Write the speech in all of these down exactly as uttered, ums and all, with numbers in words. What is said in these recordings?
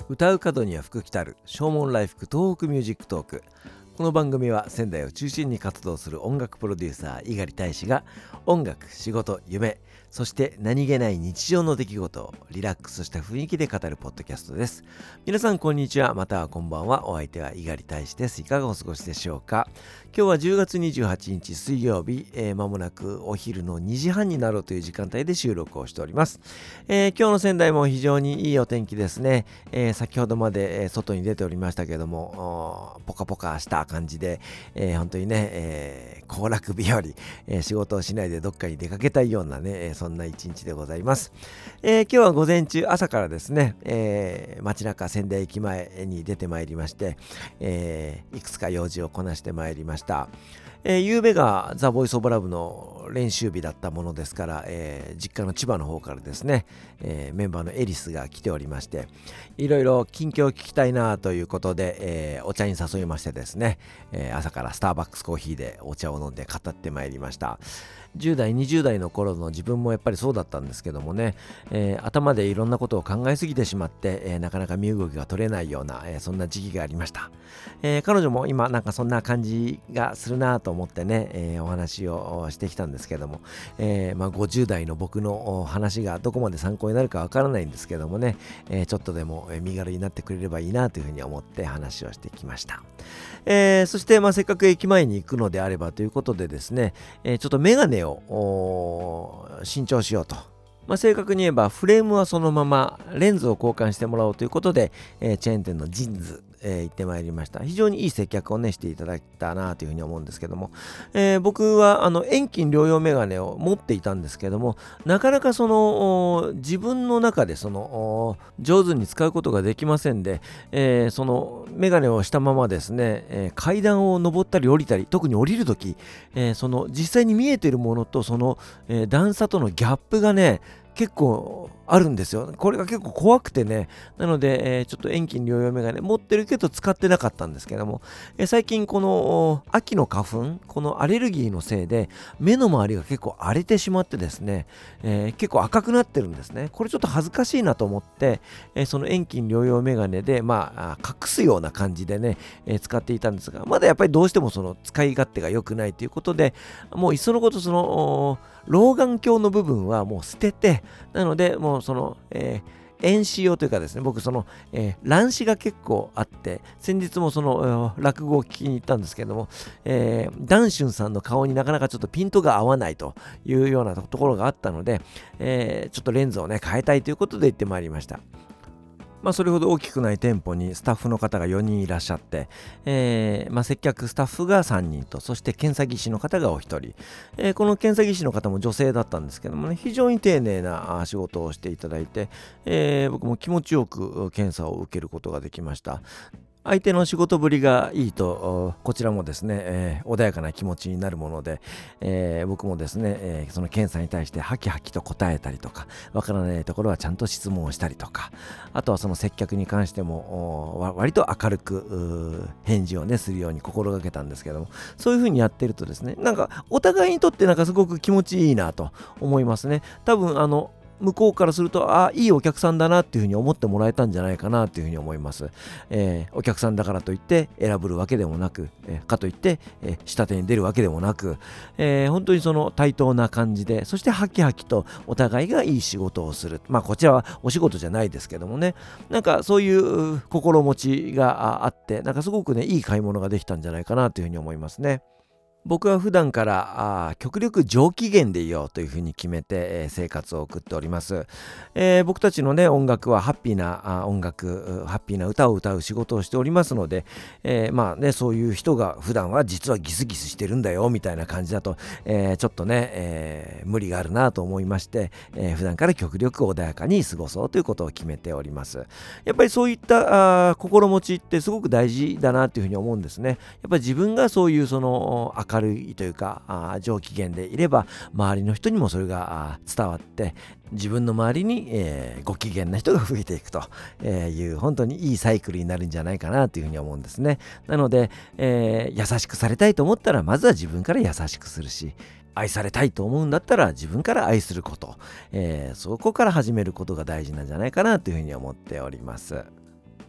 歌う角には福来たる正門来福東北ミュージックトーク。この番組は仙台を中心に活動する音楽プロデューサー猪狩大使が音楽、仕事、夢、そして何気ない日常の出来事をリラックスした雰囲気で語るポッドキャストです。皆さんこんにちは、またはこんばんは。お相手は猪狩大使です。いかがお過ごしでしょうか。今日はじゅうがつにじゅうはちにち水曜日、えー、間もなくお昼のにじはんになろうという時間帯で収録をしております。えー、今日の仙台も非常にいいお天気ですね。えー、先ほどまで、えー、外に出ておりましたけども、ポカポカした感じで、えー、本当にね、えー、行楽日和、えー、仕事をしないでどっかに出かけたいようなね、えー、そんな一日でございます。えー、今日は午前中朝からですね、えー、街中仙台駅前に出てまいりまして、えー、いくつか用事をこなしてまいりました。えー、夕べがザ・ボイス・オブ・ラブの練習日だったものですから、えー、実家の千葉の方からですね、えー、メンバーのエリスが来ておりまして、いろいろ近況を聞きたいなということで、えー、お茶に誘いましてですね、えー、朝からスターバックスコーヒーでお茶を飲んで語ってまいりました。じゅう代にじゅう代の頃の自分もやっぱりそうだったんですけどもね、えー、頭でいろんなことを考えすぎてしまって、えー、なかなか身動きが取れないような、えー、そんな時期がありました。えー、彼女も今なんかそんな感じがするなと思ってね、えー、お話をしてきたんですけども、えーまあ、ごじゅう代の僕の話がどこまで参考になるかわからないんですけどもね、えー、ちょっとでも身軽になってくれればいいなというふうに思って話をしてきました。えー、そして、まあ、せっかく駅前に行くのであればということでですね、えー、ちょっとメガネを新調しようと。まあ、正確に言えばフレームはそのままレンズを交換してもらおうということで、えー、チェーン店のジンズ、えー、行ってまいりました。非常にいい接客をねしていただいたなというふうに思うんですけども、えー、僕はあの遠近両用メガネを持っていたんですけども、なかなかその自分の中でその上手に使うことができませんで、えー、そのメガネをしたままですね、えー、階段を上ったり降りたり、特に降りるとき、えー、その実際に見えているものとその、えー、段差とのギャップがね結構あるんですよ。これが結構怖くてね。なので、えー、ちょっと遠近両用メガネ持ってるけど使ってなかったんですけども、えー、最近この秋の花粉、このアレルギーのせいで目の周りが結構荒れてしまってですね、えー、結構赤くなってるんですね。これちょっと恥ずかしいなと思って、えー、その遠近両用メガネで、まあ、隠すような感じでね、えー、使っていたんですが、まだやっぱりどうしてもその使い勝手が良くないということで、もういっそのことその老眼鏡の部分はもう捨てて、なのでもうその、えー、遠視用というかですね、僕その、えー、乱視が結構あって、先日もその、えー、落語を聞きに行ったんですけども、えー、ダンシュンさんの顔になかなかちょっとピントが合わないというようなところがあったので、えー、ちょっとレンズをね変えたいということで行ってまいりました。まあ、それほど大きくない店舗にスタッフの方がよにんいらっしゃって、えーまあ、接客スタッフがさんにんと、そして検査技師の方がおひとり、えー、この検査技師の方も女性だったんですけどもね、非常に丁寧な仕事をしていただいて、えー、僕も気持ちよく検査を受けることができました。相手の仕事ぶりがいいとこちらもですね、えー、穏やかな気持ちになるもので、えー、僕もですね、えー、その検査に対してハキハキと答えたりとか、わからないところはちゃんと質問をしたりとか、あとはその接客に関しても割と明るく返事をねするように心がけたんですけども、そういう風にやってるとですね、なんかお互いにとってなんかすごく気持ちいいなと思いますね。多分あの向こうからすると、あ、いいお客さんだなっていうふうに思ってもらえたんじゃないかなっていうふうに思います。えー、お客さんだからといって選ぶるわけでもなく、えー、かといって、えー、下手に出るわけでもなく、えー、本当にその対等な感じで、そしてハキハキとお互いがいい仕事をする。まあこちらはお仕事じゃないですけどもね、なんかそういう心持ちがあって、なんかすごくねいい買い物ができたんじゃないかなというふうに思いますね。僕は普段からあ極力上機嫌でいようというふうに決めて、えー、生活を送っております。えー、僕たちのね音楽はハッピーなあ音楽、ハッピーな歌を歌う仕事をしておりますので、えー、まあねそういう人が普段は実はギスギスしてるんだよみたいな感じだと、えー、ちょっとね、えー、無理があるなと思いまして、えー、普段から極力穏やかに過ごそうということを決めております。やっぱりそういったあ心持ちってすごく大事だなというふうに思うんですね。やっぱり自分がそういうその明明るいというかあ上機嫌でいれば周りの人にもそれが伝わって自分の周りに、えー、ご機嫌な人が増えていくという本当にいいサイクルになるんじゃないかなというふうに思うんですね。なので、えー、優しくされたいと思ったらまずは自分から優しくするし、愛されたいと思うんだったら自分から愛すること、えー、そこから始めることが大事なんじゃないかなというふうに思っております。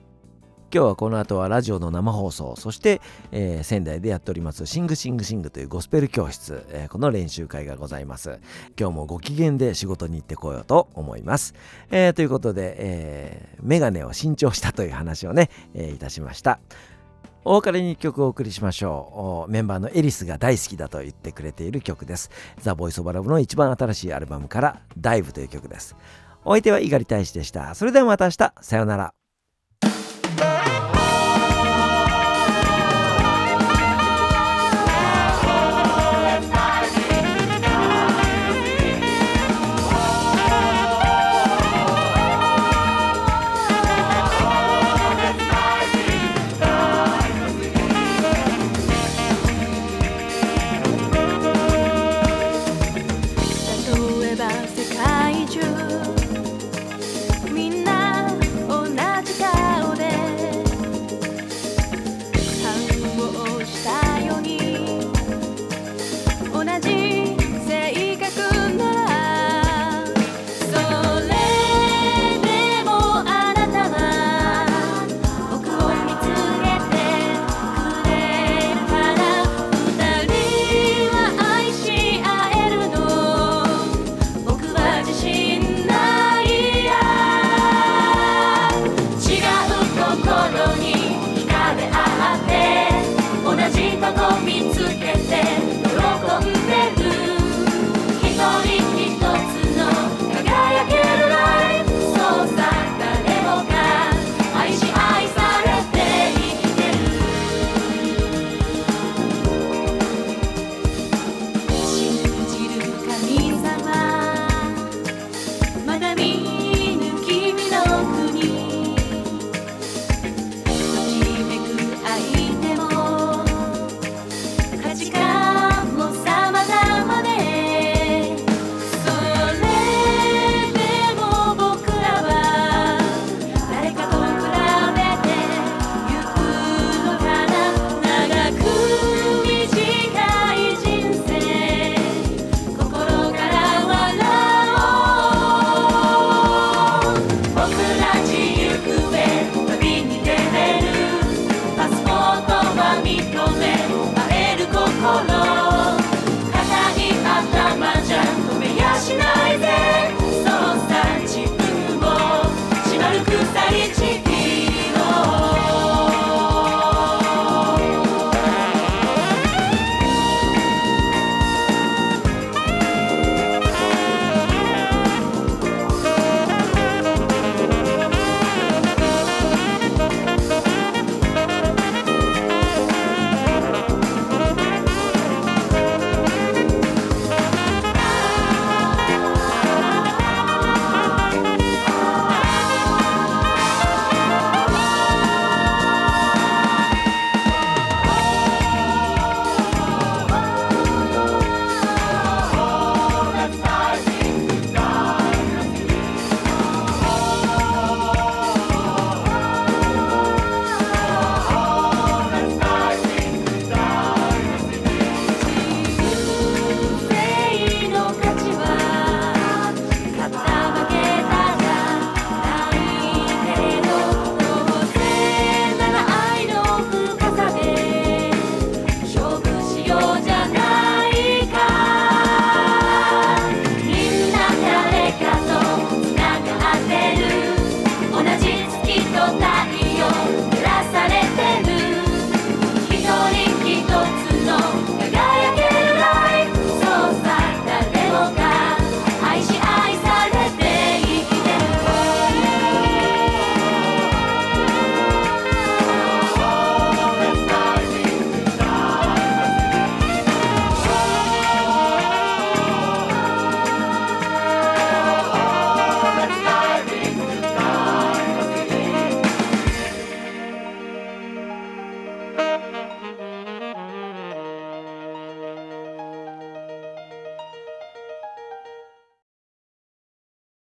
今日はこの後はラジオの生放送、そして、えー、仙台でやっておりますシングシングシングというゴスペル教室、えー、この練習会がございます。今日もご機嫌で仕事に行ってこようと思います。えー、ということで、えー、メガネを新調したという話をね、えー、いたしました。お別れにいっきょくお送りしましょう。メンバーのエリスが大好きだと言ってくれている曲です。ザ・ボイス・オブ・ラブの一番新しいアルバムからダイブという曲です。お相手は猪狩大志でした。それではまた明日。さようなら。